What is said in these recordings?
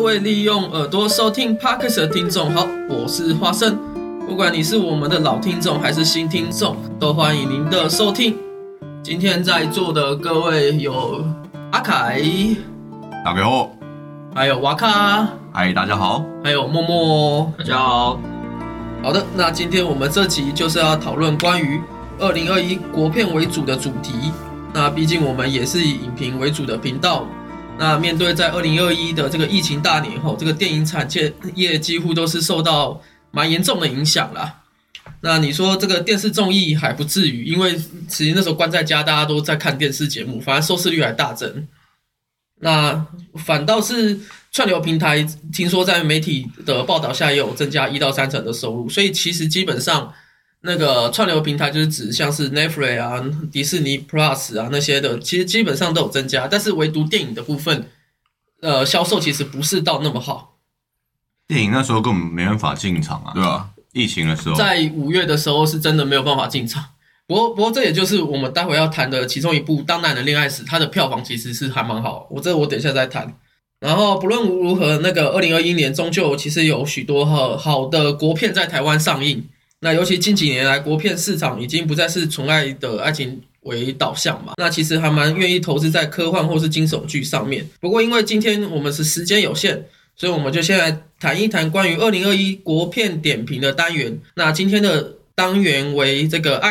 各位利用耳朵收听 Podcast 的听众好，我是花生。不管你是我们的老听众还是新听众，都欢迎您的收听。今天在座的各位有阿凯， 大家好， 还有瓦卡， 嗨，大家好， 还有默默， 大家好。 好的，那今天我们这集就是要讨论关于2021国片为主的主题。那毕竟我们也是以影评为主的频道。那面对在2021的这个疫情大年后，这个电影产业几乎都是受到蛮严重的影响啦。那你说这个电视综艺还不至于，因为其实那时候关在家，大家都在看电视节目，反而收视率还大增。那反倒是串流平台，听说在媒体的报道下也有增加1到3成的收入，所以其实基本上那个串流平台就是指像是 Netflix 啊、迪士尼 Plus 啊那些的，其实基本上都有增加，但是唯独电影的部分，销售其实不是到那么好。 电影那时候根本没办法进场啊，对吧？疫情的时候， 在5月的时候是真的没有办法进场。不过这也就是我们待会要谈的其中一部《当男人恋爱时》，它的票房其实是还蛮好，我等一下再谈。然后不论如何，那个2021年终究其实有许多好的国片在台湾上映。那尤其近几年来，国片市场已经不再是纯爱的爱情为导向嘛，那其实还蛮愿意投资在科幻或是惊悚剧上面。不过因为今天我们是时间有限，所以我们就先来谈一谈关于2021国片点评的单元。那今天的单元为这个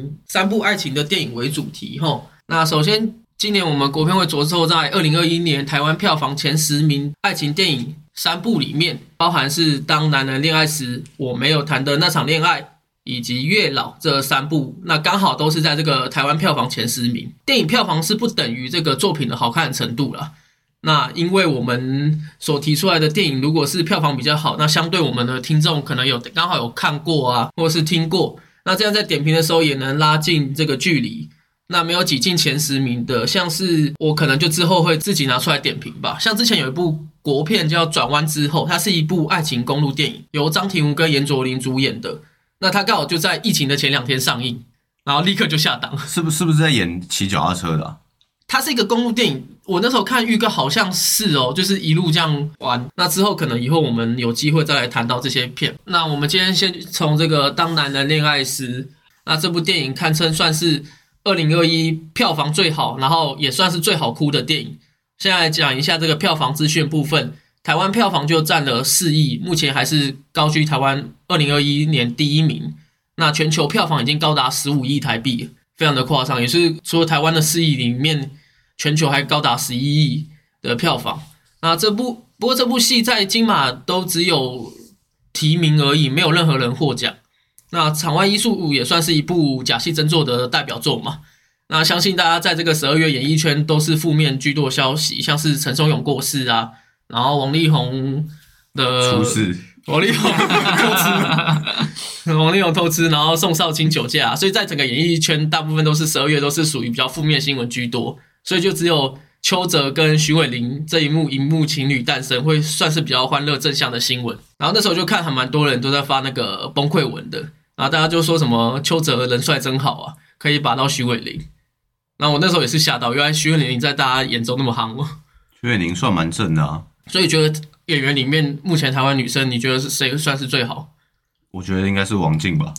3部爱情的电影为主题齁。那首先，今年我们国片会着重在2021年台湾票房前10名爱情电影3部里面，包含是《当男人恋爱时》、我没有谈的那场恋爱以及月老这3部，那刚好都是在这个台湾票房前10名。电影票房是不等于这个作品的好看程度啦。那因为我们所提出来的电影如果是票房比较好，那相对我们的听众可能刚好有看过啊，或是听过，那这样在点评的时候也能拉近这个距离。那没有挤进前10名的，像是我可能就之后会自己拿出来点评吧。像之前有一部国片叫《转弯之后》，它是一部爱情公路电影，由张庭儒跟严卓琳主演的。那它刚好就在疫情的前2天上映，然后立刻就下档。 是不是在演骑脚踏车的啊？ 它是一个公路电影，我那时候看预告好像是就是一路这样玩。那之后可能以后我们有机会再来谈到这些片。那我们今天先从这个《当男人恋爱时》，那这部电影堪称算是2021票房最好，然后也算是最好哭的电影。现在来讲一下这个票房资讯部分，台湾票房就占了4亿，目前还是高居台湾2021年第1名。那全球票房已经高达15亿台币，非常的夸张，也是除了台湾的4亿里面，全球还高达11亿的票房。那不过这部戏在金马都只有提名而已，没有任何人获奖。那场外艺术也算是一部假戏真做的代表作嘛。那相信大家在这个12月演艺圈都是负面居多消息，像是陈松勇过世啊，然后王力宏的出事， 王力宏偷吃，王力宏偷吃，然后宋少卿酒驾，所以在整个演艺圈大部分都是12月都是属于比较负面新闻居多，所以就只有邱泽跟徐伟宁这一幕荧幕情侣诞生会算是比较欢乐正向的新闻。然后那时候就看还蛮多人都在发那个崩溃文的，然后大家就说什么邱泽人帅真好啊，可以把到徐伟宁。然后我那时候也是吓到，原来徐伟宁在大家眼中那么夯哦。 徐伟宁算蛮正的啊， 所以觉得演员里面目前台湾女生，你觉得是谁算是最好？ 我觉得应该是王静吧。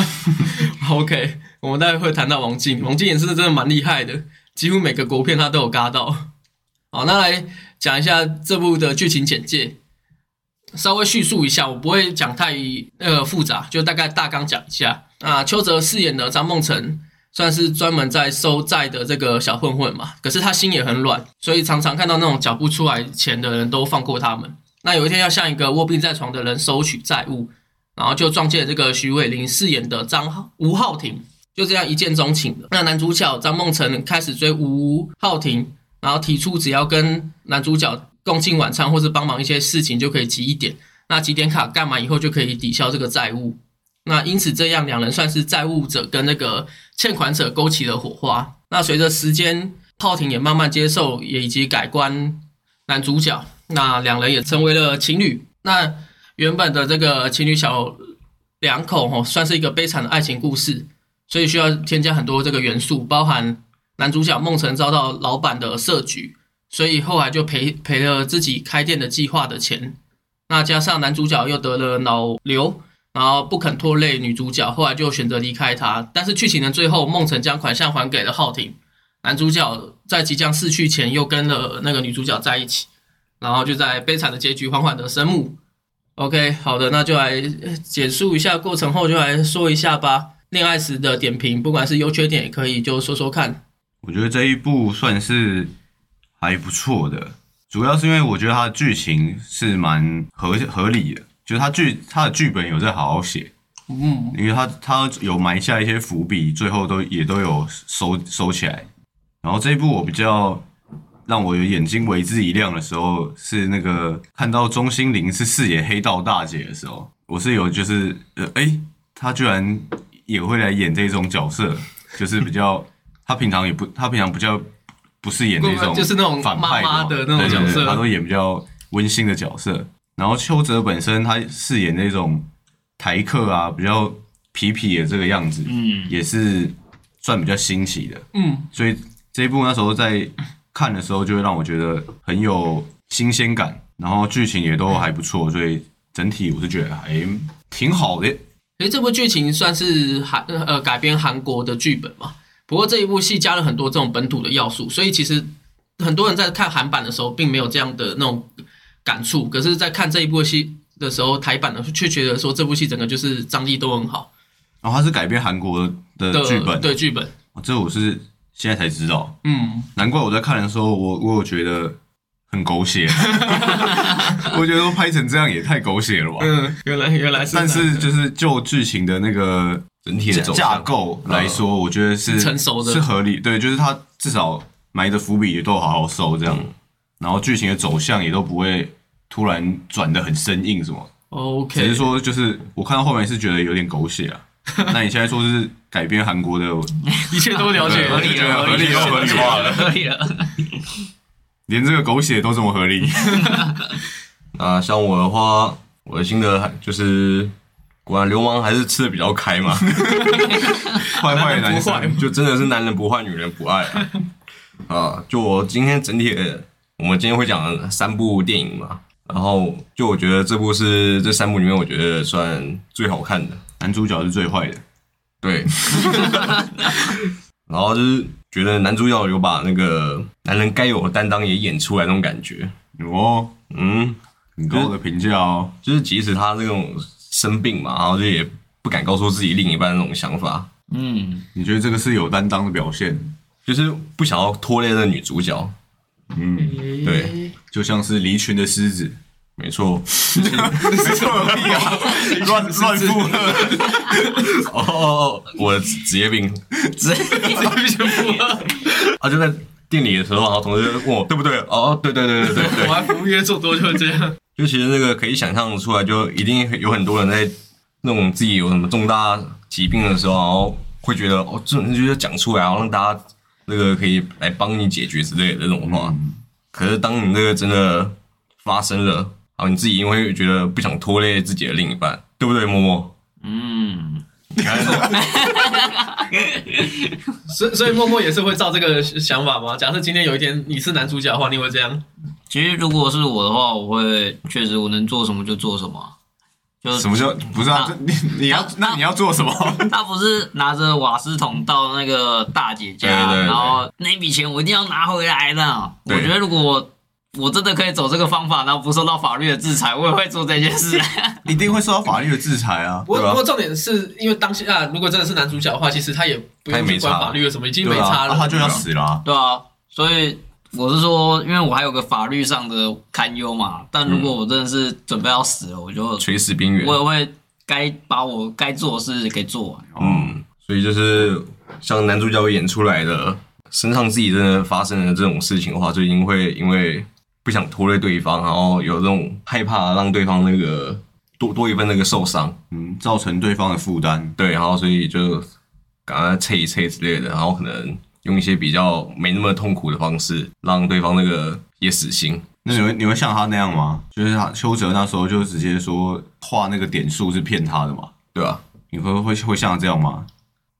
OK， 我们待会会谈到王静，王静也是真的蛮厉害的，几乎每个国片她都有嘎到。好，那来讲一下这部的剧情简介，稍微叙述一下，我不会讲太复杂，就大概大纲讲一下。邱泽饰演的张梦辰算是专门在收债的这个小混混嘛，可是他心也很软，所以常常看到那种缴不出来钱的人都放过他们。那有一天要向一个卧病在床的人收取债务，然后就撞见这个徐伟宁饰演的吴浩庭，就这样一见钟情了。那男主角张梦辰开始追吴浩庭，然后提出只要跟男主角共进晚餐或是帮忙一些事情就可以集1点，那集点卡干完以后就可以抵消这个债务。那因此这样两人算是债务者跟那个欠款者勾起了火花。那随着时间，浩庭也慢慢接受也以及改观男主角，那两人也成为了情侣。那原本的这个情侣小两口算是一个悲惨的爱情故事，所以需要添加很多这个元素，包含男主角梦辰遭到老板的设局， 所以后来就赔了自己开店的计划的钱。那加上男主角又得了脑瘤，然后不肯拖累女主角，后来就选择离开她。但是剧情的最后，梦辰将款项还给了浩庭，男主角在即将逝去前又跟了那个女主角在一起，然后就在悲惨的结局缓缓的生母。OK， 好的，那就来简述一下过程后，就来说一下吧。恋爱时的点评，不管是优缺点也可以，就说说看。 我觉得这一部算是还不错的，主要是因为我觉得它的剧情是蛮合理的，就是它的剧本有在好好写，因为它有埋下一些伏笔，最后也都有收起来。然后这一部我比较让我有眼睛为之一亮的时候，是那个看到钟欣凌是饰演黑道大姐的时候，我是有就是她居然也会来演这种角色，就是比较她平常比较不是演那种就是那种反派妈妈的那种角色， 她都演比较温馨的角色。然后邱泽本身他饰演那种台客啊，比较痞痞的这个样子，也是算比较新奇的，所以这一部那时候在看的时候，就会让我觉得很有新鲜感，然后剧情也都还不错，所以整体我是觉得还挺好的。 这部剧情算是改编韩国的剧本嘛，不过这一部戏加了很多这种本土的要素，所以其实很多人在看韩版的时候并没有这样的那种感触，可是在看这一部戏的时候，台版的却觉得说这部戏整个就是张力都很好。 然后它是改编韩国的剧本， 对剧本， 这我是现在才知道，难怪我在看的时候，我有觉得很狗血，我觉得拍成这样也太狗血了吧？ 原来是， 但是就是就剧情的那个整体的架构来说，我觉得是成熟的， 是合理。对，就是他至少埋的伏笔也都好好收这样，然后剧情的走向也都不会突然转得很生硬什么。 OK， 只是说就是我看到后面是觉得有点狗血啊。那你现在说是改编韩国的， 一切都了解， 合理化了， 合理了。 连这个狗血都这么合理。 像我的话，我的心得就是，果然流氓还是吃的比较开嘛。 坏的男生就真的是男人不坏，女人不爱啊。就我今天整体的，我们今天会讲3部电影嘛，然后就我觉得这部是这3部里面我觉得算最好看的， 男主角是最坏的， 对。然后就是觉得男主角有把那个男人该有的担当也演出来那种感觉很高的评价哦。 就是即使他那种生病嘛，然后就也不敢告诉自己另一半那种想法。 你觉得这个是有担当的表现？ 就是不想要拖累那女主角。对， 就像是离群的狮子。 没错， 没错，屁啊，乱附和。 我的职业病， 附和。 他就在店里的时候，然后同事就问我对不对？对。 我还服务业做多就这样。 就其实那个可以想象出来，就一定有很多人在那种自己有什么重大疾病的时候，然后会觉得这种就是讲出来，然后让大家那个可以来帮你解决之类的这种话。可是当你那个真的发生了，然后你自己因为会觉得不想拖累自己的另一半，对不对，默默？你看， 所以默默也是会照这个想法吗？假设今天有一天你是男主角的话，你会这样？ 其实如果是我的话，我会确实我能做什么就做什么。就什么叫不是啊？你要做什么？ 他不是拿着瓦斯桶到那个大姐家， 对然后那笔钱我一定要拿回来的。我觉得如果我真的可以走这个方法，然后不受到法律的制裁，我也会做这件事。 一定会受到法律的制裁啊！ 不过重点是因为当下如果真的是男主角的话，其实他也不用去管法律什么，已经没差了， 他就要死了。 对啊，所以我是说，因为我还有个法律上的堪忧嘛。但如果我真的是准备要死了，我就垂死边缘， 我也会把我该做的事给做完。 所以就是像男主角演出来的，身上自己真的发生了这种事情的话，就因为不想拖累对方，然后有这种害怕让对方那个多一份那个受伤， 造成对方的负担。 对，然后所以就赶快撤一撤之类的，然后可能用一些比较没那么痛苦的方式，让对方那个也死心。 那你会像他那样吗？就是邱泽那时候就直接说画那个点数是骗他的嘛， 对吧？ 你会像这样吗？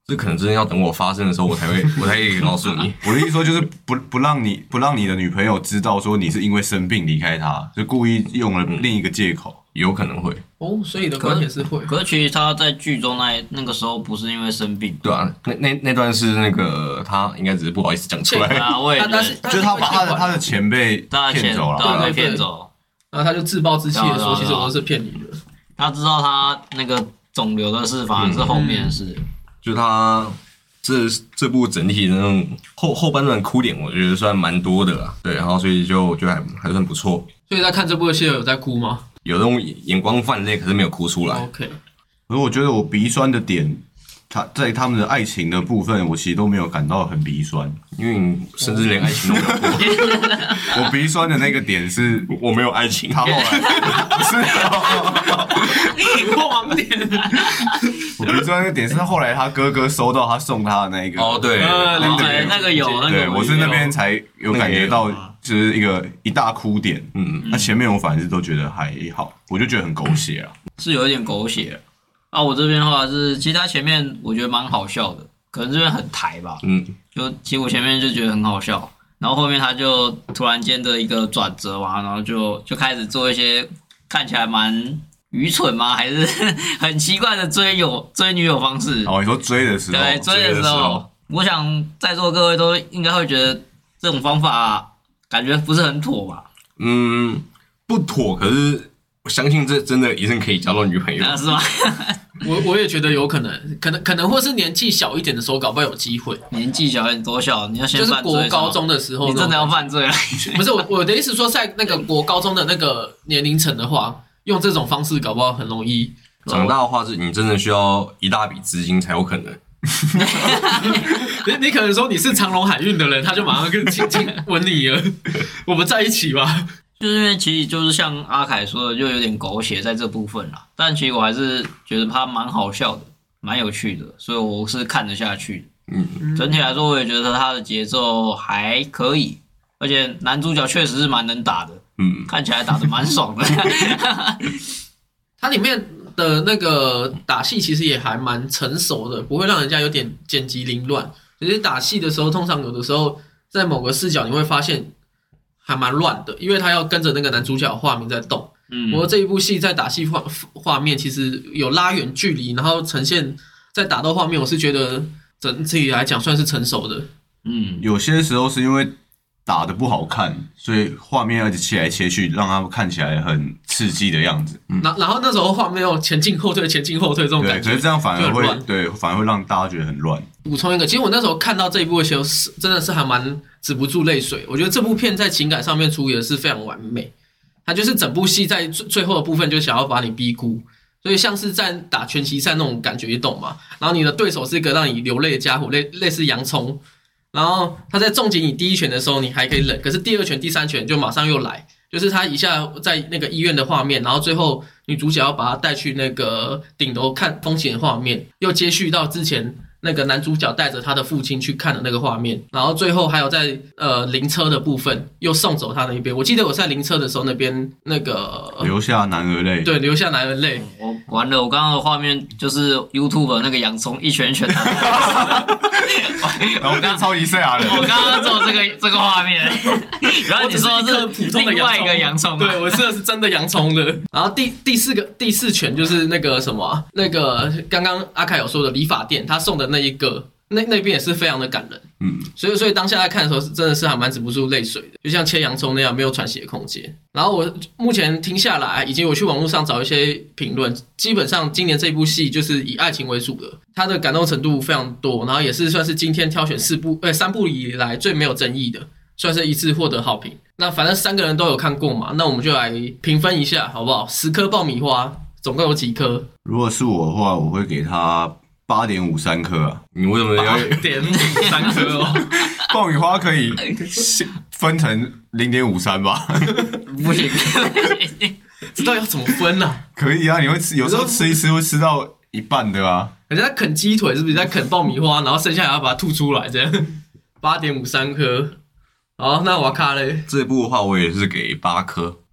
这可能真的要等我发生的时候，我才可以告诉你。 我的意思说就是不让你的女朋友知道说你是因为生病离开她，就故意用了另一个借口， 有可能会。 哦，所以的观点是会。 可是其实他在剧中那个时候不是因为生病， 对啊，那段是那个他应该只是不好意思讲出来。 啊，我也觉得就是他把他的钱被骗走了， 对，被骗走。 然后他就自暴自弃的说，其实我都是骗你的。 他知道他那个肿瘤的事，反而是后面的事。 就他这部整体的那种后半段哭点，我觉得算蛮多的啦。对，然后所以就还算不错。 所以在看这部的戏有在哭吗？ 有那种眼光泛泪，可是没有哭出来。 OK。 可是我觉得我鼻酸的点，在他们的爱情的部分，我其实都没有感到很鼻酸， 因为你甚至连爱情都没有过。 我鼻酸的那个点是我没有爱情， 他后来不是破盲点。 我鼻酸的点是后来他哥哥收到他送他的那一个哦，对， 那个有， 对我是那边才有感觉到，就是一大哭点。那前面我反正都觉得还好，我就觉得很狗血啊， 是有一点狗血啊。我这边的话是，其实他前面我觉得蛮好笑的，可能这边很台吧。就其实我前面就觉得很好笑，然后后面他就突然间的一个转折嘛，然后就开始做一些看起来蛮愚蠢吗？还是很奇怪的追女友方式？ 哦，你说追的时候， 对，追的时候，我想在座各位都应该会觉得这种方法感觉不是很妥吧？ 不妥，可是我相信这真的一定可以交到女朋友， 是吗？ 我也觉得有可能或是年纪小一点的时候，搞不好有机会。 年纪小一点多小？你要先就是国高中的时候， 你真的要犯罪了？ 不是我的意思说，在那个国高中的那个年龄层的话，用这种方式搞不好很容易。 长大的话，是你真的需要一大笔资金才有可能。 你可能说你是长荣海运的人，他就马上跟亲吻你了，我们在一起吧。 就是因为其实就是像阿凯说的，就有点狗血在这部分啦。但其实我还是觉得他蛮好笑的，蛮有趣的，所以我是看得下去的。整体来说，我也觉得他的节奏还可以，而且男主角确实是蛮能打的，看起来打得蛮爽的。 他里面的那个打戏其实也还蛮成熟的，不会让人家有点剪辑凌乱。其实打戏的时候，通常有的时候在某个视角你会发现还蛮乱的，因为他要跟着那个男主角画面在动。不过这一部戏在打戏画面其实有拉远距离，然后呈现在打斗画面，我是觉得整体来讲算是成熟的。 有些时候是因为打得不好看，所以画面要切来切去，让它看起来很刺激的样子。 然后那时候画面又前进后退这种感觉， 可是这样反而会让大家觉得很乱。 补充一个，其实我那时候看到这一部的时候，真的是还蛮止不住泪水。我觉得这部片在情感上面处理的是非常完美，它就是整部戏在最后的部分就想要把你逼哭，所以像是在打拳击赛那种感觉，你懂吗？然后你的对手是一个让你流泪的家伙，类似洋葱。然后他在重击你第一拳的时候，你还可以忍，可是第二拳、第三拳就马上又来，就是他一下在那个医院的画面，然后最后女主角要把他带去那个顶楼看风景的画面，又接续到之前那个男主角带着他的父亲去看的那个画面，然后最后还有在灵车的部分又送走他那一边。我记得我在灵车的时候那边那个留下男儿泪， 对，留下男儿泪。 完了，我刚刚的画面就是 YouTube 那个洋葱一拳一拳打。 然后变超级赛亚人。 我刚刚做这个画面，然后你说是普通的另外一个洋葱， 对，我吃的是真的洋葱的。然后第四拳就是那个什么，那个刚刚阿凯有说的理发店，他送的那一个。那边也是非常的感人，所以当下在看的时候，真的是还蛮止不住泪水的，就像切洋葱那样，没有喘息的空间。然后我目前听下来，以及我去网络上找一些评论，基本上今年这部戏就是以爱情为主的，它的感动程度非常多，然后也是算是今天挑选3部以来最没有争议的，算是一次获得好评。那反正3个人都有看过嘛，那我们就来评分一下，好不好？10颗爆米花总共有几颗？ 如果是我的话，我会给他8.53颗啊！ 你为什么要 8.53颗哦？ 爆米花可以分成0.53吧？ 不行， 知道要怎么分啊？ 可以啊，你会吃，有时候吃一吃会吃到一半的啊。 人家在啃鸡腿，是不是在啃爆米花，然后剩下还要把它吐出来？这样8.53颗。好，那我要卡嘞。 这部的话，我也是给8颗。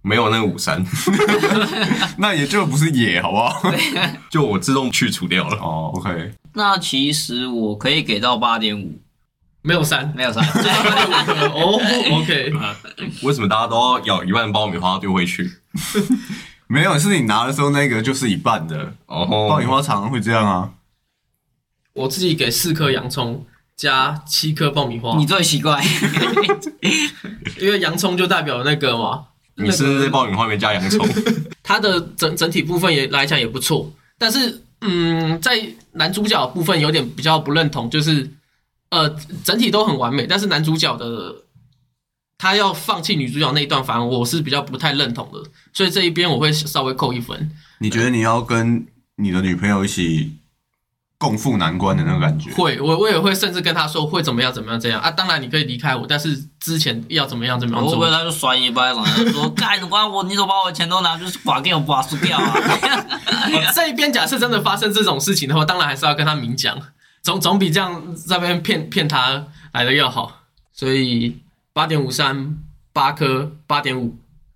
没有那个53， 那也就不是野，好不好？ 就我自动去除掉了。 哦 ，OK。 那其实我可以给到8.5， 没有3， 没有3， 8.5颗哦，OK。 为什么大家都要咬一半爆米花丢回去？ 没有，是你拿的时候那个就是一半的。 哦， 爆米花常常会这样啊。 我自己给4颗洋葱加7颗爆米花。 你最奇怪， 因为洋葱就代表那个嘛。 你是不是在爆米花里面加洋葱？ 它的整体部分来讲也不错，但是在男主角部分有点比较不认同，就是整体都很完美，但是男主角的他要放弃女主角那一段，反而我是比较不太认同的，所以这一边我会稍微扣1分。 你觉得你要跟你的女朋友一起共赴难关的那个感觉？ 会，我也会甚至跟他说会怎么样这样啊。当然你可以离开我，但是之前要怎么样做。 会不会他就甩一巴掌，说干你管我，你怎么把我钱都拿去把给我拔输掉啊？ 这一边假设真的发生这种事情的话，当然还是要跟他明讲，总比这样在那边骗他来的要好。所以8.53 8颗8.5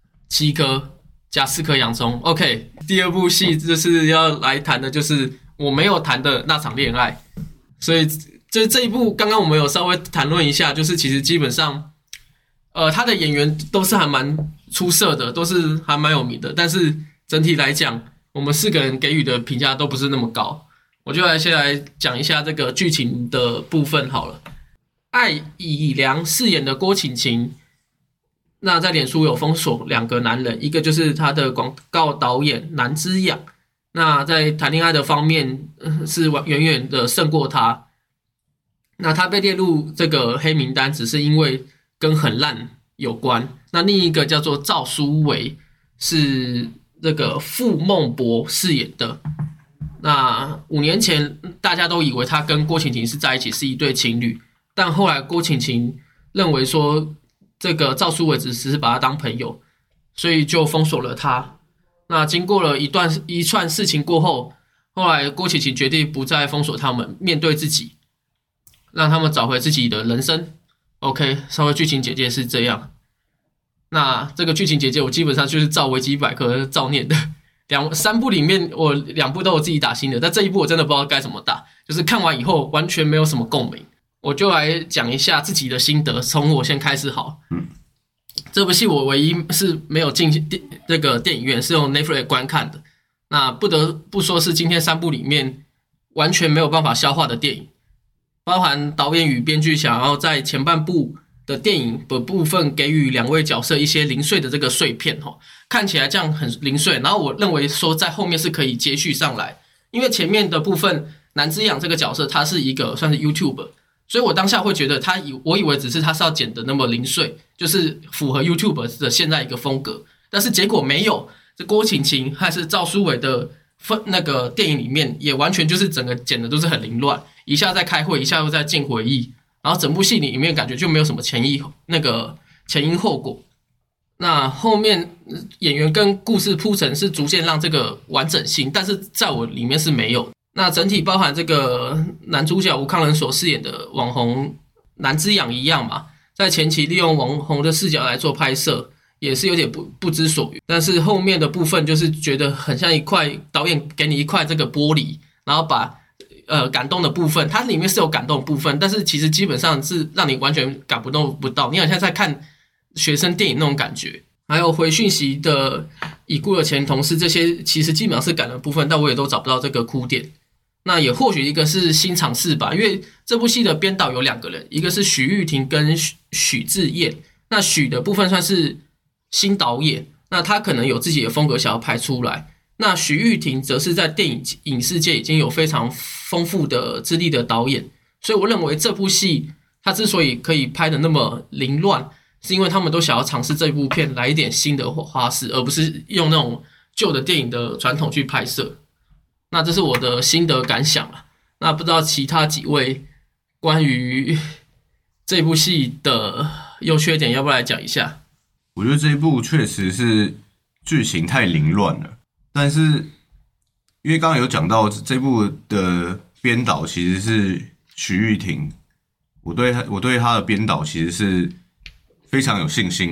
7颗加4颗洋葱。OK， 第二部戏就是要来谈的就是我没有谈的那场恋爱，所以就这一部刚刚我们有稍微谈论一下，就是其实基本上，他的演员都是还蛮出色的，都是还蛮有名的，但是整体来讲，我们4个人给予的评价都不是那么高。我就先来讲一下这个剧情的部分好了。艾以良饰演的郭晴晴，那在脸书有封锁2个男人，一个就是他的广告导演南之养。那在谈恋爱的方面是远远的胜过他。那他被列入这个黑名单，只是因为跟很烂有关。那另一个叫做赵书维，是这个傅孟博饰演的。那5年前大家都以为他跟郭晴晴是在一起，是一对情侣，但后来郭晴晴认为说这个赵书维只是把他当朋友，所以就封锁了他。那经过了一串事情过后，后来郭晴晴决定不再封锁他们，面对自己，让他们找回自己的人生。OK， 稍微剧情简介是这样。那这个剧情简介我基本上就是照维基百科照念的。3部里面我2部都有自己打新的，但这一部我真的不知道该怎么打，就是看完以后完全没有什么共鸣。我就来讲一下自己的心得，从我先开始好。这部戏我唯一是没有进这个电影院，是用 Netflix 观看的。那不得不说是今天3部里面完全没有办法消化的电影，包含导演与编剧想要在前半部的电影的部分给予2位角色一些零碎的这个碎片，看起来这样很零碎，然后我认为说在后面是可以接续上来，因为前面的部分南之养这个角色他是一个算是 YouTuber， 所以我当下会觉得我以为只是他是要剪的那么零碎，就是符合 YouTuber 的现在一个风格，但是结果没有，这郭晴晴还是赵书伟的那个电影里面也完全就是整个剪的都是很凌乱，一下在开会，一下又在进回忆，然后整部戏里面感觉就没有什么前因后果。那后面演员跟故事铺陈是逐渐让这个完整性，但是在我里面是没有。那整体包含这个男主角吴康仁所饰演的网红南之养一样嘛，在前期利用网红的视角来做拍摄，也是有点不知所云。但是后面的部分就是觉得很像一块导演给你一块这个玻璃，然后把感动的部分，它里面是有感动的部分，但是其实基本上是让你完全感不到，你好像在看学生电影那种感觉。还有回讯息的已故的前同事，这些其实基本上是感人的部分，但我也都找不到这个哭点。那也或许一个是新尝试吧，因为这部戏的编导有2个人，一个是许玉婷跟许智彦。那许的部分算是新导演，那他可能有自己的风格想要拍出来。那许玉婷则是在电影世界已经有非常丰富的资历的导演，所以我认为这部戏他之所以可以拍的那么凌乱，是因为他们都想要尝试这部片来一点新的花式，而不是用那种旧的电影的传统去拍摄。那这是我的心得感想啊。那不知道其他几位关于这部戏的优缺点要不要来讲一下？ 我觉得这一部确实是剧情太凌乱了，但是因为刚刚有讲到这部的编导其实是许玉婷，我对他的编导其实是非常有信心的，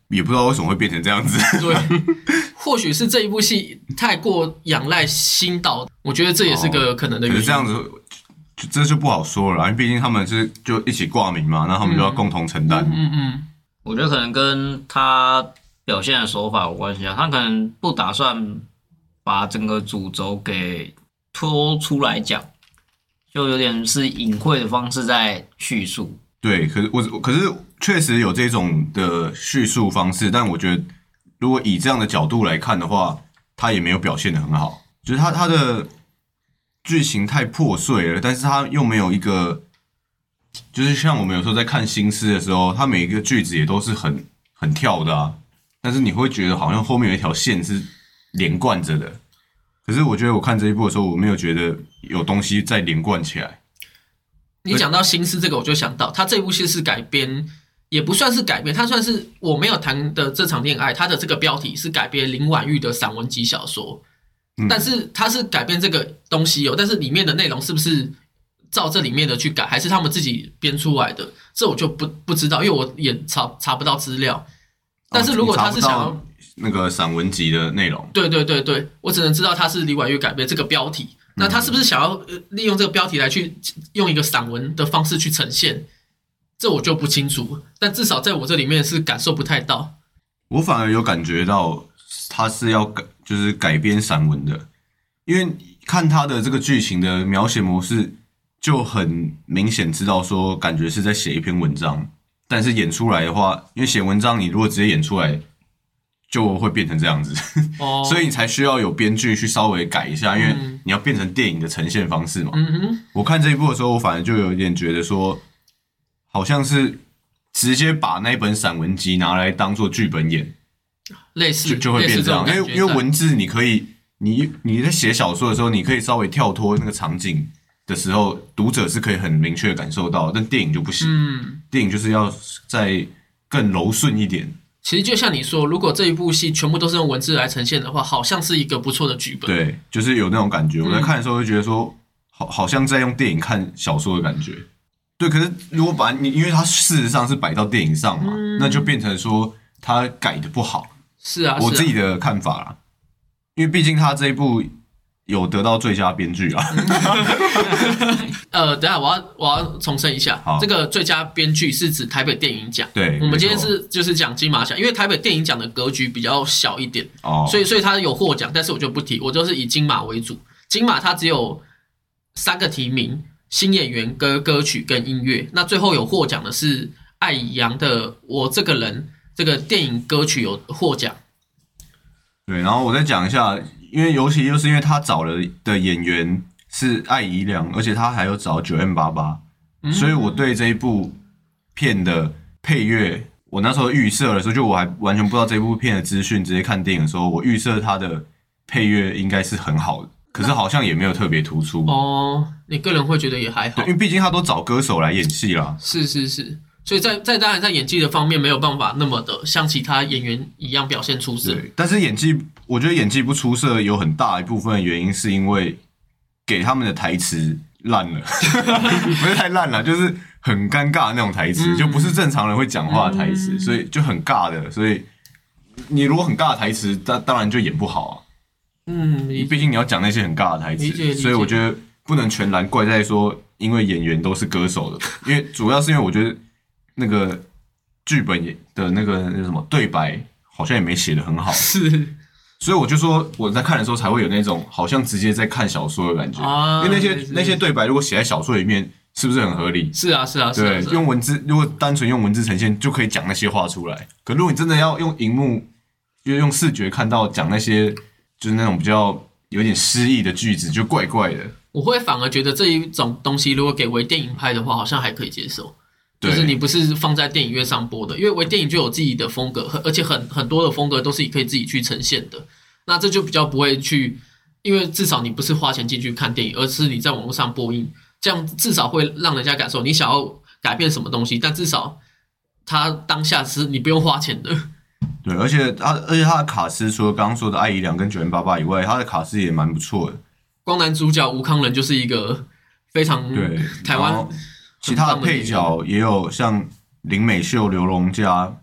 也不知道为什么会变成这样子。 对，或许是这一部戏太过仰赖新导，我觉得这也是个可能的原因。 可是这样子，这就不好说了啦，因为毕竟他们就一起挂名嘛，那他们就要共同承担。 我觉得可能跟他表现的手法有关系啊，他可能不打算把整个主轴给拖出来讲，就有点是隐晦的方式在叙述。 对，可是确实有这种的叙述方式，但我觉得如果以这样的角度来看的话，他也没有表现得很好，就是他的剧情太破碎了，但是他又没有一个，就是像我们有时候在看新诗的时候，他每一个句子也都是很跳的啊，但是你会觉得好像后面有一条线是连贯着的。可是我觉得我看这一部的时候，我没有觉得有东西再连贯起来。 你讲到新诗这个，我就想到他这部戏是改编，也不算是改编，他算是我没有谈的这场恋爱，他的这个标题是改编林婉玉的散文集小说，但是他是改编这个东西但是里面的内容是不是照这里面的去改，还是他们自己编出来的，这我就不知道，因为我也查不到资料。但是如果他是想要那个散文集的内容， 对，我只能知道他是林婉玉改编这个标题。那他是不是想要利用这个标题来去用一个散文的方式去呈现？这我就不清楚，但至少在我这里面是感受不太到。 我反而有感觉到他是要就是改编散文的，因为看他的这个剧情的描写模式，就很明显知道说感觉是在写一篇文章，但是演出来的话，因为写文章你如果直接演出来，就会变成这样子，所以你才需要有编剧去稍微改一下，因为你要变成电影的呈现方式嘛。我看这一部的时候，我反而就有一点觉得说，好像是直接把那本散文集拿来当做剧本演， 类似就会变这样，因为文字你可以，你在写小说的时候，你可以稍微跳脱那个场景的时候，读者是可以很明确的感受到，但电影就不行，电影就是要再更柔顺一点。 其实就像你说，如果这一部戏全部都是用文字来呈现的话，好像是一个不错的剧本。 对，就是有那种感觉。我在看的时候就觉得说，好像在用电影看小说的感觉。对，可是如果把你，因为它事实上是摆到电影上嘛，那就变成说它改的不好。 是啊， 我自己的看法啦，因为毕竟他这一部有得到最佳编剧啊。 等一下我要重申一下，这个最佳编剧是指台北电影奖。 对， 我们今天就是讲金马奖，因为台北电影奖的格局比较小一点，所以它有获奖，但是我就不提，我就是以金马为主。金马它只有3个提名：新演员、歌曲跟音乐。那最后有获奖的是艾怡良的《我这个人》，这个电影歌曲有获奖。 对，然后我再讲一下，因为尤其就是因为他找了的演员是艾怡良，而且他还有找 9M88，所以我对这一部片的配乐，我那时候预设的时候，就我还完全不知道这部片的资讯，直接看电影的时候，我预设他的配乐应该是很好的，可是好像也没有特别突出。 你个人会觉得也还好， 对，因为毕竟他都找歌手来演戏啦。 是，所以当然在演技的方面没有办法那么的像其他演员一样表现出色。 对，但是我觉得演技不出色有很大一部分的原因是因为给他们的台词烂了，不是太烂了，就是很尴尬的那种台词，就不是正常人会讲话的台词，所以就很尬的。所以你如果很尬的台词，当然就演不好啊。毕竟你要讲那些很尬的台词，所以我觉得不能全然怪在说因为演员都是歌手的，因为主要是因为我觉得那个剧本的那个什么对白好像也没写得很好，所以我就说我在看的时候才会有那种好像直接在看小说的感觉，因为那些对白如果写在小说里面，是不是很合理？ 是啊， 对，用文字如果单纯用文字呈现就可以讲那些话出来，可如果你真的要用荧幕，用视觉看到讲那些就是那种比较有点诗意的句子，就怪怪的。我会反而觉得这一种东西如果给微电影拍的话，好像还可以接受。就是你不是放在电影院上播的，因为微电影就有自己的风格，而且很多的风格都是你可以自己去呈现的。那这就比较不会去，因为至少你不是花钱进去看电影，而是你在网络上播映，这样至少会让人家感受你想要改变什么东西，但至少它当下是你不用花钱的。对，而且他的卡司除了刚刚说的艾怡良跟9M88以外，他的卡司也蛮不错的。光男主角吴康仁就是一个非常对台湾。其他的配角也有像林美秀、刘荣嘉，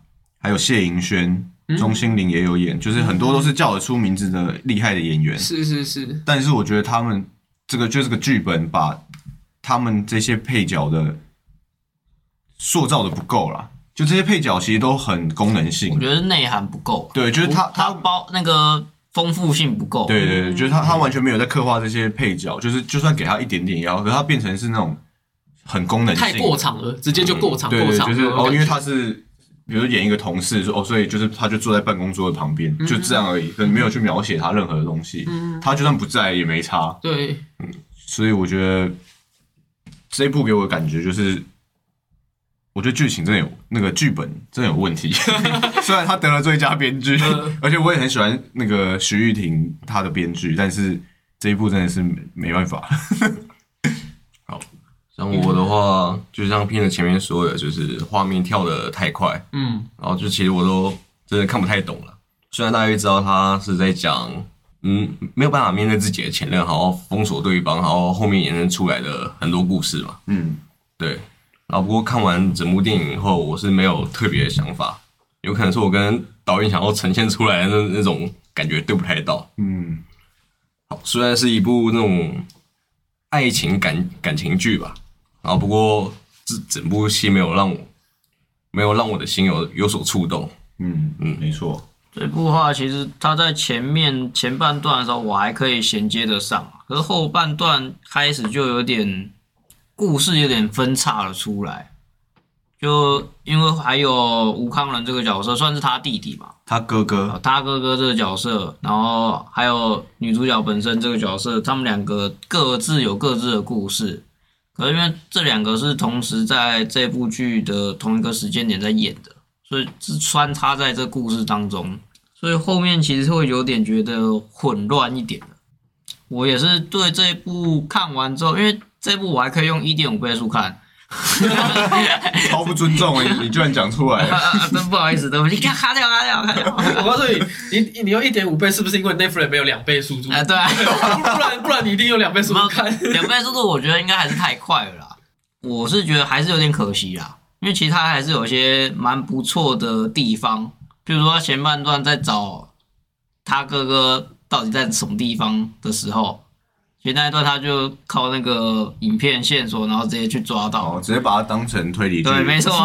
还有谢盈萱、钟欣凌也有演，就是很多都是叫得出名字的厉害的演员。 是。 但是我觉得他们这个剧本把他们这些配角的塑造的不够啦。就这些配角其实都很功能性， 我觉得内涵不够。 对，就是他包那个丰富性不够。 对，就是他完全没有在刻画这些配角，就是就算给他一点点也好，可是他变成是那种很功能性， 太过场了，直接就过场。 对，就是因为他是比如演一个同事，所以就是他就坐在办公桌的旁边，就这样而已，可能没有去描写他任何的东西。他就算不在也没差。 对， 所以我觉得这一部给我的感觉就是。我觉得剧情真的有那个剧本真的有问题，虽然他得了最佳编剧，而且我也很喜欢那个徐玉婷她的编剧，但是这一部真的是没办法。 好，像我的话，就像Pin的前面说的，就是画面跳得太快，然后就其实我都真的看不太懂了。虽然大家知道他是在讲，没有办法面对自己的前任，然后封锁对方，然后后面衍生出来的很多故事嘛，对。然后不过看完整部电影以后，我是没有特别的想法，有可能是我跟导演想要呈现出来的那种感觉对不太到。好，虽然是一部那种爱情感情剧吧，然后不过这整部戏没有让我的心有所触动。 没错。 这部的话，其实它在前半段的时候，我还可以衔接得上，可是后半段开始就有点。故事有点分叉了出来，就因为还有吴慷仁这个角色，算是他弟弟嘛， 他哥哥这个角色，然后还有女主角本身这个角色，他们两个各自有各自的故事，可是因为这两个是同时在这部剧的同一个时间点在演的，所以是穿插在这故事当中，所以后面其实会有点觉得混乱一点的。我也是对这一部看完之后，因为这部我还可以用 1.5 倍速看， 超不尊重你居然讲出来了， 真不好意思，对不起，卡掉。 我告诉你用 1.5 倍是不是因为 Netflix 没有2倍速度？ 对啊， 不然你一定用2倍速度看。 2倍速度我觉得应该还是太快了啦，我是觉得还是有点可惜啦，因为其他还是有一些蛮不错的地方，比如说前半段在找他哥哥到底在什么地方的时候。其实那一段他就靠那个影片线索，然后直接去抓到， 直接把它当成推理剧。 对，没错。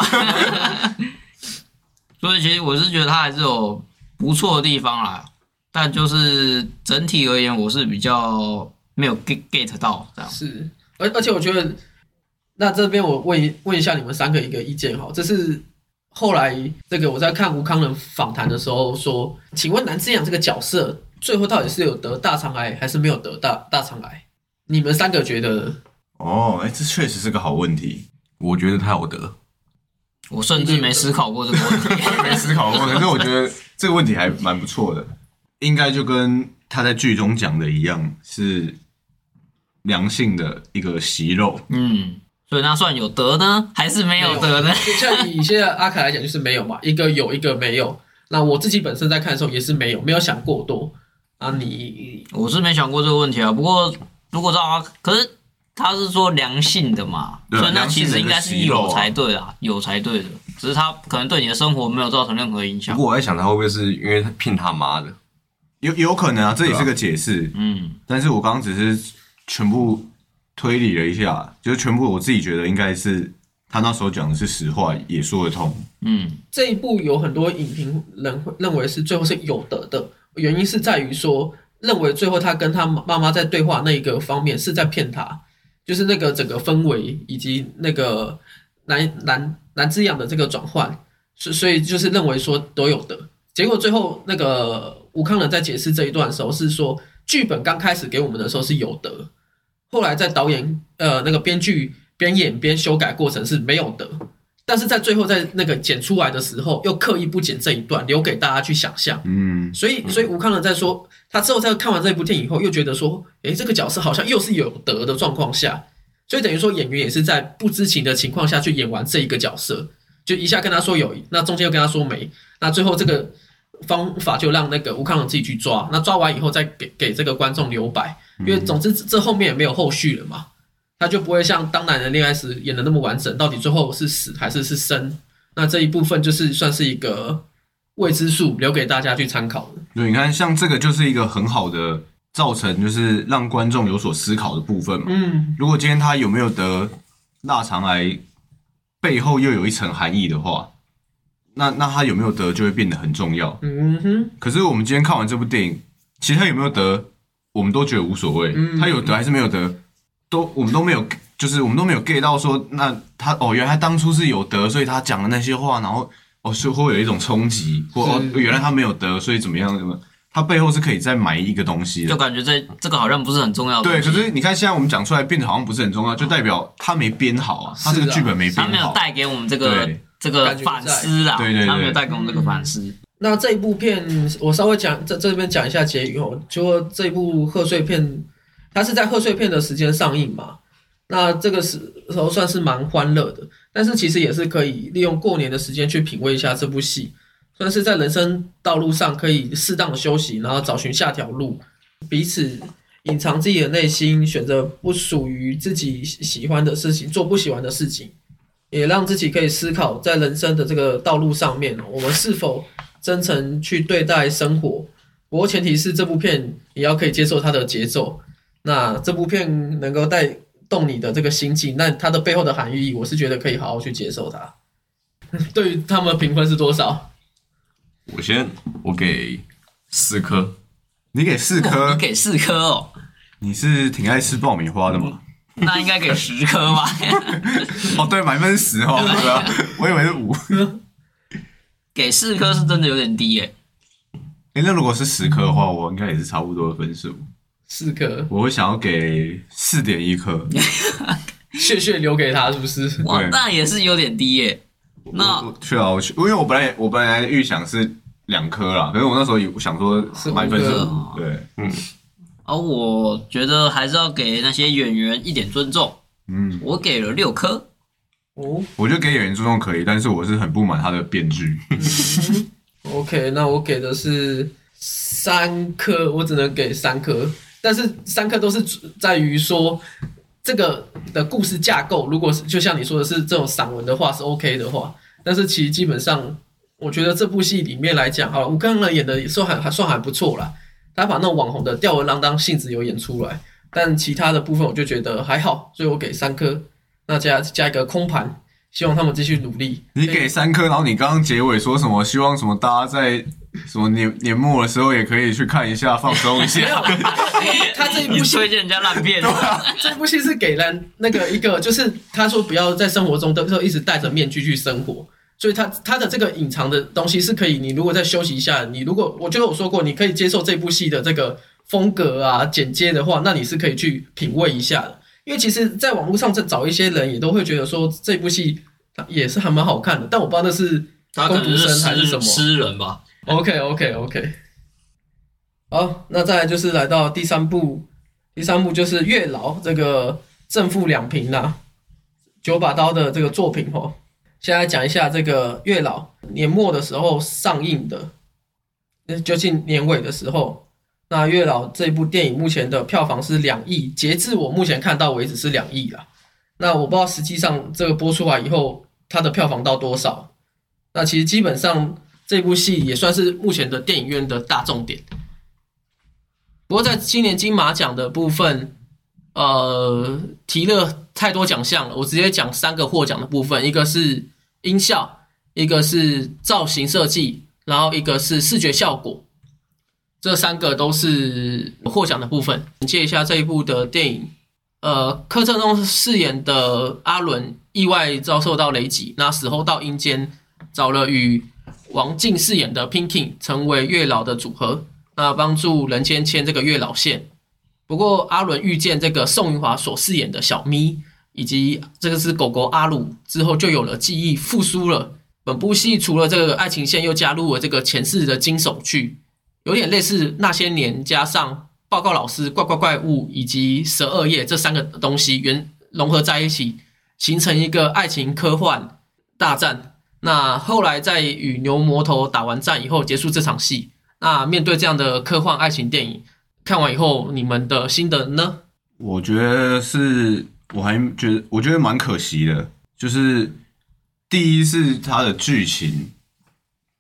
所以其实我是觉得他还是有不错的地方啦，但就是整体而言，我是比较没有 get 到这样。 是，而且我觉得，那这边我问一下你们三个一个意见哈，这是后来这个我在看吴慷仁访谈的时候说，请问南之阳这个角色。最后到底是有得大肠癌还是没有得大肠癌？你们三个觉得？ 这确实是个好问题。 我觉得他有得， 我甚至没思考过这个问题， 没思考过。可是我觉得这个问题还蛮不错的，应该就跟他在剧中讲的一样，是良性的一个息肉。 所以那算有得呢，还是没有得呢？ 像以现在阿凯来讲，就是没有嘛，一个有，一个没有。那我自己本身在看的时候也是没有想过多。 我是没想过这个问题啊。不过如果照他，可是他是说良性的嘛，所以那其实应该是有才对啦，有才对的。只是他可能对你的生活没有造成任何影响。 不过我在想，他会不会是因为他骗他妈的？ 有可能啊，这也是个解释。但是我刚刚只是全部推理了一下，就是全部我自己觉得应该是他那时候讲的是实话，也说得通。 这一部有很多影评人认为是最后是有得的。原因是在于说，认为最后他跟他妈妈在对话那一个方面是在骗他，就是那个整个氛围以及那个男之养的这个转换，所以就是认为说都有得。结果最后那个吴慷仁在解释这一段的时候是说，剧本刚开始给我们的时候是有得，后来在导演那个编剧边演边修改过程是没有得。但是在最后在那个剪出来的时候，又刻意不剪这一段，留给大家去想象。所以吴慷仁在说，他之后在看完这部电影以后，又觉得说，这个角色好像又是有得的状况下，所以等于说演员也是在不知情的情况下去演完这一个角色，就一下跟他说有，那中间又跟他说没，那最后这个方法就让那个吴慷仁自己去抓，那抓完以后再给这个观众留白，因为总之这后面也没有后续了嘛。他就不会像《当男人恋爱时》演的那么完整，到底最后是死还是生？那这一部分就是算是一个未知数，留给大家去参考的。 对，你看，像这个就是一个很好的造成，就是让观众有所思考的部分嘛。如果今天他有没有得大肠癌，背后又有一层含义的话，那他有没有得就会变得很重要。可是我们今天看完这部电影，其实他有没有得，我们都觉得无所谓。他有得还是没有得，我们都没有，就是我们都没有 get 到说，那他原来他当初是有得，所以他讲的那些话，然后是会有一种冲击，或原来他没有得，所以怎么样？他背后是可以再埋一个东西的， 就感觉这个好像不是很重要的。 对，可是你看现在我们讲出来变得好像不是很重要，就代表他没编好啊，他这个剧本没编好， 他没有带给我们这个反思啊， 对， 他没有带给我们这个反思。 那这一部片我稍微这边讲一下结语哦，就说这部贺岁片，它是在贺岁片的时间上映嘛，那这个时候算是蛮欢乐的，但是其实也是可以利用过年的时间去品味一下这部戏。算是在人生道路上可以适当的休息，然后找寻下条路，彼此隐藏自己的内心，选择不属于自己喜欢的事情，做不喜欢的事情，也让自己可以思考在人生的这个道路上面，我们是否真诚去对待生活。不过前提是这部片也要可以接受它的节奏，那这部片能够带动你的这个心境，那它的背后的含义，我是觉得可以好好去接受它。对于他们的评分是多少？ 我给4颗， 你给4颗， 你给4颗哦， 你是挺爱吃爆米花的吗？ 那应该给10颗吧？ 对，满分10哦，对啊，我以为是5。 给4颗是真的有点低耶。 那如果是10颗的话，我应该也是差不多的分数。 4颗， 我会想要给4.1颗， 血留给他是不是？ 哇，那也是有点低耶。那是啊，因为我本来预想是2颗啦，可是我那时候有想说满分是5，对， 我觉得还是要给那些演员一点尊重，我给了6颗。 我觉得给演员尊重可以，但是我是很不满他的编剧。 OK， 那我给的是3颗，我只能给3颗，但是3颗都是在于说。这个的故事架构，如果是就像你说的是这种散文的话是 OK 的话，但是其实基本上，我觉得这部戏里面来讲，好了，吴康仁演的也算还不错啦，他把那种网红的吊儿郎当性质有演出来，但其他的部分我就觉得还好，所以我给3颗，那加一个空盘，希望他们继续努力。 你给3颗，然后你刚刚结尾说什么？希望什么？大家在什么年末的时候也可以去看一下，放松一下。 他这一部戏推荐人家烂片， 这部戏是给人那个一个，就是他说不要在生活中都一直戴着面具去生活，所以他的这个隐藏的东西是可以，你如果再休息一下，你如果我觉得我说过，你可以接受这部戏的这个风格啊、剪接的话，那你是可以去品味一下的。因为其实，在网络上找一些人也都会觉得说这部戏也是还蛮好看的，但我不知道那是工读生还是什么诗人吧。 OK， 好，那再来就是来到第三部就是月老这个正负两平啦，9把刀的这个作品哦。现在讲一下这个月老年末的时候上映的，究竟年尾的时候，那月老这部电影目前的票房是2亿，截至我目前看到为止是2亿啦。那我不知道实际上这个播出来以后，它的票房到多少？那其实基本上这部戏也算是目前的电影院的大重点。不过在今年金马奖的部分，提了太多奖项了，我直接讲3个获奖的部分，一个是音效，一个是造型设计，然后一个是视觉效果，这3个都是获奖的部分。介一下这一部的电影，柯震东饰演的阿伦意外遭受到雷击，那死后到阴间，找了与王静饰演的 Pinky 成为月老的组合，那帮助人间牵这个月老线。不过阿伦遇见这个宋云华所饰演的小咪，以及这个是狗狗阿鲁之后，就有了记忆复苏了。本部戏除了这个爱情线，又加入了这个前世的惊悚剧，有点类似那些年加上报告老师、怪怪怪物以及12夜这3个东西融合在一起，形成一个爱情科幻大战。那后来在与牛魔头打完战以后结束这场戏。那面对这样的科幻爱情电影，看完以后你们的心得呢？ 我觉得我觉得蛮可惜的，就是第一是它的剧情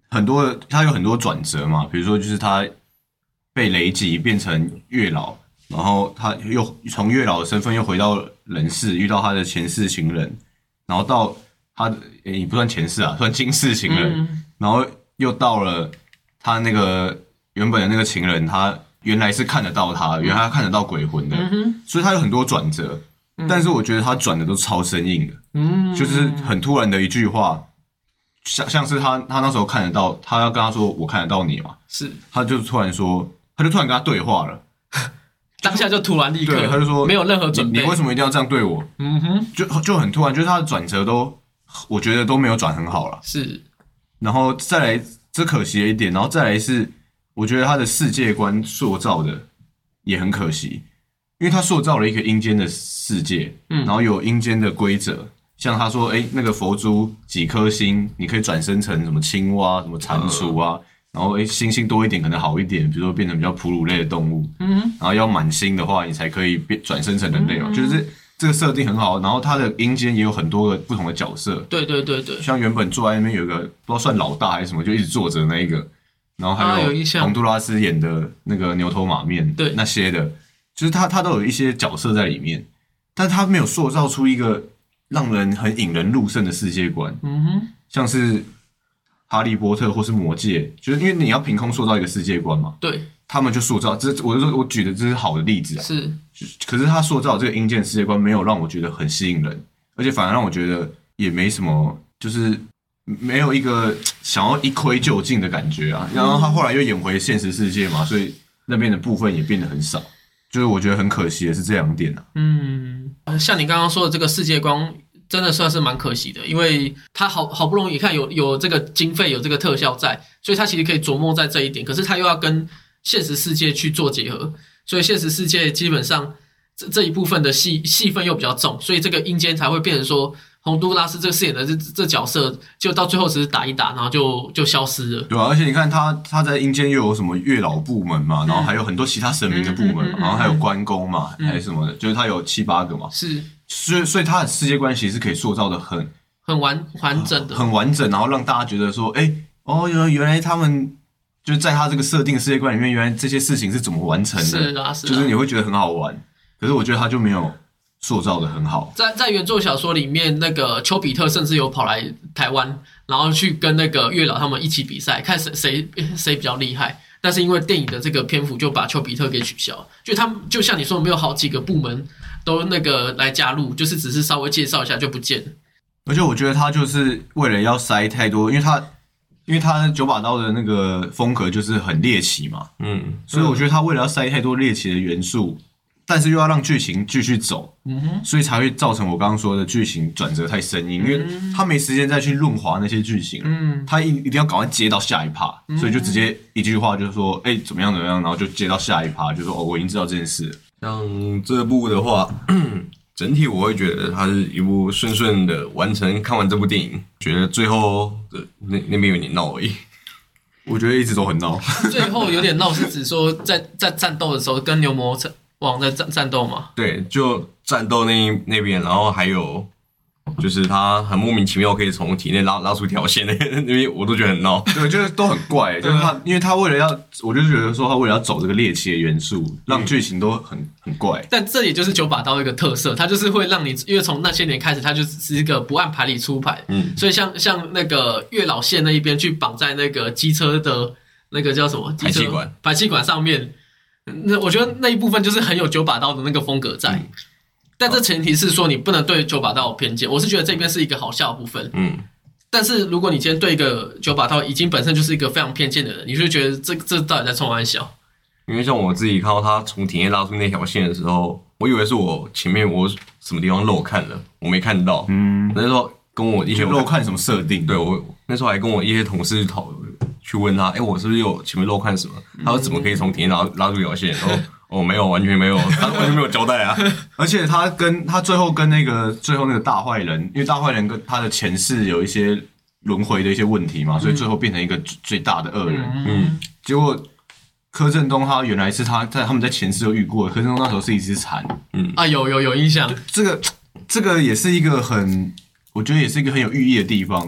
他有很多转折嘛，比如说就是他被雷击变成月老，然后他又从月老的身份又回到人世，遇到他的前世情人，然后到他也不算前世啊，算今世情人，然后又到了他那个原本的那个情人，他原来是看得到他，原来他看得到鬼魂的，所以他有很多转折，但是我觉得他转的都超生硬的，就是很突然的一句话。像是他那时候看得到，他要跟他说我看得到你嘛， 是， 他就突然跟他对话了， 当下就突然立刻， 对，他就说没有任何准备， 你为什么一定要这样对我？就很突然，就是他的转折我觉得都没有转很好了， 是， 然后再来，这可惜了一点，然后再来是，我觉得他的世界观塑造的也很可惜，因为他塑造了一个阴间的世界，然后有阴间的规则。像他说，那个佛珠几颗星，你可以转生成什么青蛙、什么蟾蜍啊，然后星星多一点可能好一点，比如说变成比较哺乳类的动物，然后要满星的话，你才可以转生成人类嘛，就是这个设定很好。然后他的阴间也有很多个不同的角色， 对， 像原本坐在那边有一个不知道算老大还是什么，就一直坐着那一个，然后还有洪都拉斯演的那个牛头马面， 对那些的，就是他都有一些角色在里面，但他没有塑造出一个让人很引人入胜的世界观，像是哈利波特或是魔戒，就是因为你要凭空塑造一个世界观嘛， 对， 他们就塑造，我举的这是好的例子啊， 是， 可是他塑造这个阴间世界观没有让我觉得很吸引人，而且反而让我觉得也没什么，就是没有一个想要一窥究竟的感觉啊，然后他后来又演回现实世界嘛，所以那边的部分也变得很少。就是我觉得很可惜的是这两点啊。 像你刚刚说的这个世界观，真的算是蛮可惜的，因为他好不容易看有这个经费，有这个特效在，所以他其实可以琢磨在这一点，可是他又要跟现实世界去做结合，所以现实世界基本上这一部分的戏份又比较重，所以这个阴间才会变成说洪都拉斯这个饰演的这角色，就到最后只是打一打，然后就消失了。 对啊，而且你看他在阴间又有什么月老部门嘛，然后还有很多其他神明的部门嘛，然后还有关公嘛，还是什么的，就是他有7、8个嘛。 是， 所以他的世界观其实是可以塑造的很完整的， 很完整，然后让大家觉得说，原来他们就是在他这个设定的世界观里面，原来这些事情是怎么完成的， 是啊， 就是你会觉得很好玩。可是我觉得他就没有塑造的很好。 在原作小说里面，那个丘比特甚至有跑来台湾，然后去跟那个月老他们一起比赛，看谁比较厉害。但是因为电影的这个篇幅，就把丘比特给取消。就他们就像你说，没有好几个部门都那个来加入，就是只是稍微介绍一下就不见了。 而且我觉得他就是为了要塞太多，因为他九把刀的那个风格就是很猎奇嘛，所以我觉得他为了要塞太多猎奇的元素。但是又要让剧情继续走，所以才会造成我刚刚说的剧情转折太生硬，因为他没时间再去润滑那些剧情，他一定要赶快接到下一趴，所以就直接一句话就是说，怎么样，然后就接到下一趴，就说我已经知道这件事了。 像这部的话，整体我会觉得它是一部顺顺的完成看完这部电影，觉得最后的那边有点闹而已。 我觉得一直都很闹， 最后有点闹是指说在战斗的时候跟牛魔王的战斗嘛？ 对，就战斗那边，然后还有就是他很莫名其妙可以从体内拉出一条线，那边我都觉得很闹。 对，就是都很怪，就是他，因为他为了要，我就觉得说他为了要走这个猎奇的元素，让剧情都很怪。 但这也就是九把刀一个特色，它就是会让你，因为从那些年开始，它就是一个不按牌理出牌，所以像那个月老线那一边去绑在那个机车的那个叫什么排气管上面。那我觉得那一部分就是很有九把刀的那个风格在，但这前提是说你不能对九把刀有偏见。我是觉得这边是一个好笑的部分，但是如果你今天对一个九把刀已经本身就是一个非常偏见的人，你就觉得这到底在冲三小？ 因为像我自己看到他从体内拉出那条线的时候，我以为是我前面我什么地方漏看了，我没看到。那时候跟我一些漏看什么设定？ 对，我那时候还跟我一些同事去问他，我是不是有前面漏看什么？他说怎么可以从体内拉出一条线？然后没有，完全没有，他完全没有交代啊！ 而且他最后跟最后那个大坏人，因为大坏人跟他的前世有一些轮回的一些问题嘛，所以最后变成一个最大的恶人。结果柯震东他原来是他们在前世有遇过的，柯震东那时候是一只蝉。 有印象。 这个也是一个我觉得也是一个很有寓意的地方。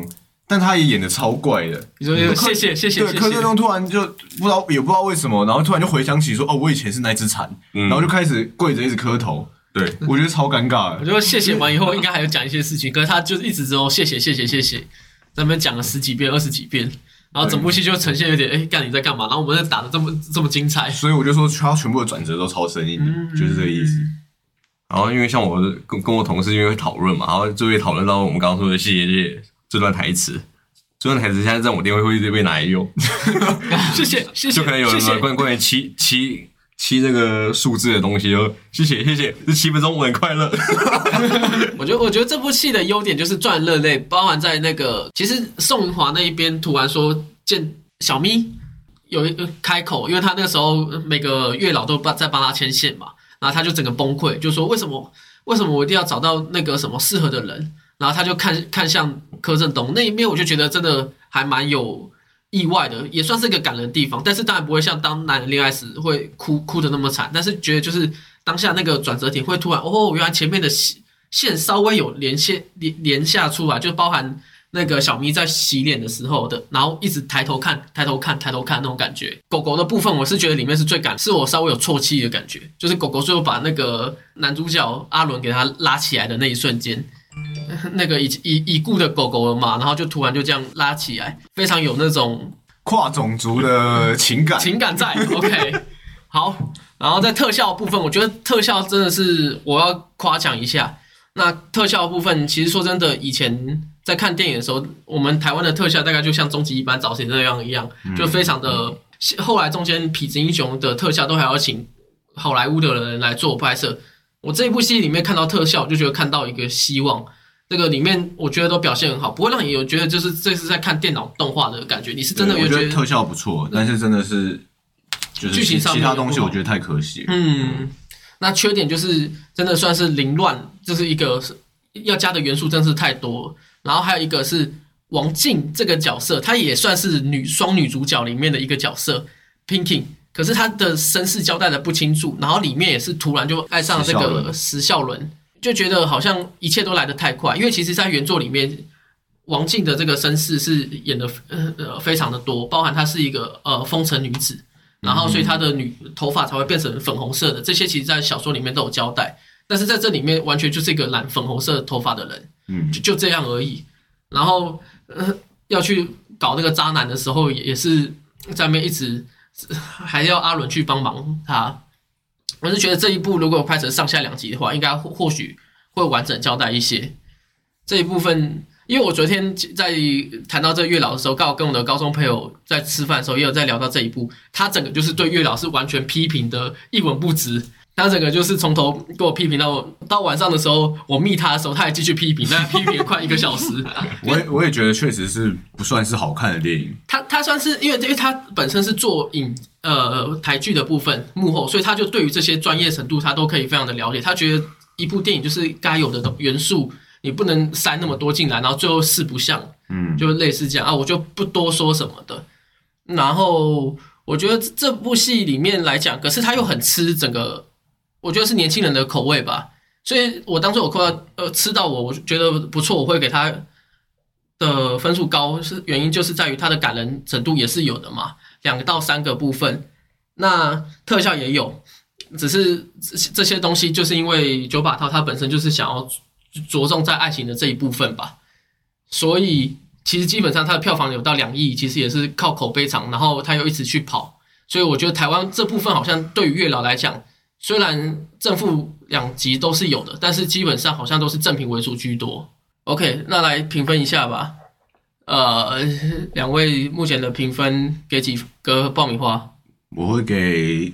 但他也演的超怪的。 你说谢谢， 对，柯震东突然就也不知道为什么，然后突然就回想起说，哦，我以前是那只蝉，然后就开始跪着一直磕头。对，我觉得超尴尬的。 我觉得谢谢完以后，应该还有讲一些事情，可是他就一直只有谢谢，在那边讲了10几遍、20几遍，然后整部戏就呈现有点干你在干嘛？然后我们在打的这么精彩， 所以我就说他全部的转折都超生硬的，就是这个意思。 然后因为像我跟我同事因为会讨论嘛，然后就会讨论到我们刚刚说的谢谢这段台词。这段台词现在在我电话会一直被拿来用， 谢谢， 就可能有人关于七这个数字的东西，就谢谢，这7分钟我很快乐。 我觉得这部戏的优点就是赚热泪，包含在那个其实宋云华那一边突然说见小咪有一个开口，因为他那个时候每个月老都在帮他牵线嘛，然后他就整个崩溃，就说为什么我一定要找到那个什么适合的人。然后他就看向柯震东那一边，我就觉得真的还蛮有意外的，也算是一个感人的地方。但是当然不会像当男人恋爱时会哭的那么惨，但是觉得就是当下那个转折点会突然原来前面的线稍微有连下出来，就包含那个小咪在洗脸的时候的，然后一直抬头看那种感觉。狗狗的部分我是觉得里面是最是我稍微有啜泣的感觉，就是狗狗最后把那个男主角阿伦给他拉起来的那一瞬间。那个已故的狗狗了嘛，然后就突然就这样拉起来，非常有那种跨种族的情感在。OK， 好，然后在特效部分，我觉得特效真的是我要夸奖一下。那特效部分，其实说真的，以前在看电影的时候，我们台湾的特效大概就像终极一班早前那样一样，就非常的。后来中间痞子英雄的特效都还要请好莱坞的人来做拍摄。我这一部戏里面看到特效，就觉得看到一个希望。这个里面我觉得都表现很好，不会让你有觉得就是这是在看电脑动画的感觉。你是真的有觉得特效不错，但是真的是就是剧情上其他东西我觉得太可惜了。 那缺点就是真的算是凌乱，就是一个要加的元素真是太多。然后还有一个是王静这个角色，她也算是双女主角里面的一个角色 ，Pinky。可是他的身世交代的不清楚，然后里面也是突然就爱上了这个石孝伦，就觉得好像一切都来得太快。因为其实在原作里面，王静的这个身世是演的非常的多，包含她是一个风尘女子，然后所以她的头发才会变成粉红色的，这些其实在小说里面都有交代。但是在这里面完全就是一个染粉红色头发的人，就这样而已。然后要去搞那个渣男的时候，也是在那边一直。还要阿伦去帮忙他，我是觉得这一部如果拍成上下2集的话，应该或许会完整交代一些这一部分。因为我昨天在谈到这个月老的时候，刚好跟我的高中朋友在吃饭的时候，也有在聊到这一部，他整个就是对月老是完全批评的一文不值。他整个就是从头给我批评到晚上的时候，我密他的时候，他还继续批评，但批评了快1个小时。 我也觉得确实是不算是好看的电影。 他算是因为他本身是做台剧的部分幕后，所以他就对于这些专业程度他都可以非常的了解。他觉得一部电影就是该有的元素，你不能塞那么多进来，然后最后四不像，就类似这样啊，我就不多说什么的。然后我觉得这部戏里面来讲，可是他又很吃整个。我觉得是年轻人的口味吧，所以我当初吃到我觉得不错，我会给他的分数高，是原因就是在于他的感人程度也是有的嘛，2到3个部分，那特效也有，只是这些东西就是因为九把刀他本身就是想要着重在爱情的这一部分吧，所以其实基本上他的票房有到2亿，其实也是靠口碑场，然后他又一直去跑，所以我觉得台湾这部分好像对于月老来讲。虽然正负2集都是有的，但是基本上好像都是正评为主居多。OK， 那来评分一下吧。2位目前的评分给几个爆米花？ 我会给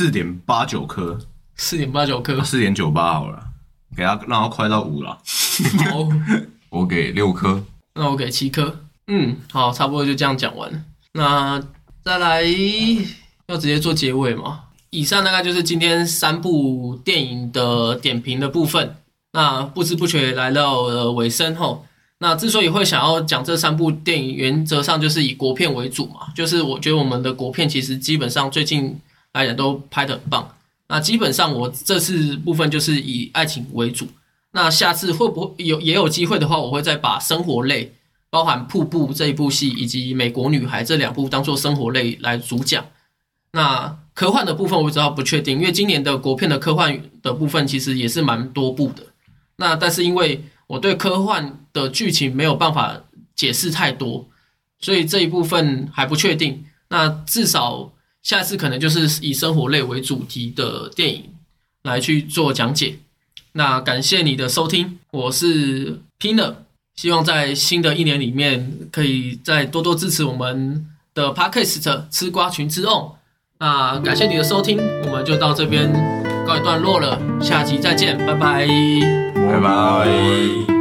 4.89颗。 4.89颗。 4.98好了，让它快到5了。 好， 我给6颗。 那我给7颗。好，差不多就这样讲完。那再来要直接做结尾嘛？以上大概就是今天3部电影的点评的部分，那不知不觉来到尾声后，那之所以会想要讲这3部电影，原则上就是以国片为主嘛，就是我觉得我们的国片其实基本上最近来讲都拍得很棒，那基本上我这次部分就是以爱情为主，那下次会不会也有机会的话，我会再把生活类包含《瀑布》这一部戏以及《美国女孩》这2部当做生活类来主讲。那科幻的部分我知道不确定，因为今年的国片的科幻的部分其实也是蛮多部的。那但是因为我对科幻的剧情没有办法解释太多，所以这一部分还不确定。那至少下次可能就是以生活类为主题的电影来去做讲解。那感谢你的收听，我是 Pina， 希望在新的一年里面可以再多多支持我们的 Podcast 吃瓜群之 on。那感谢你的收听，我们就到这边告一段落了，下集再见，拜拜， 拜拜。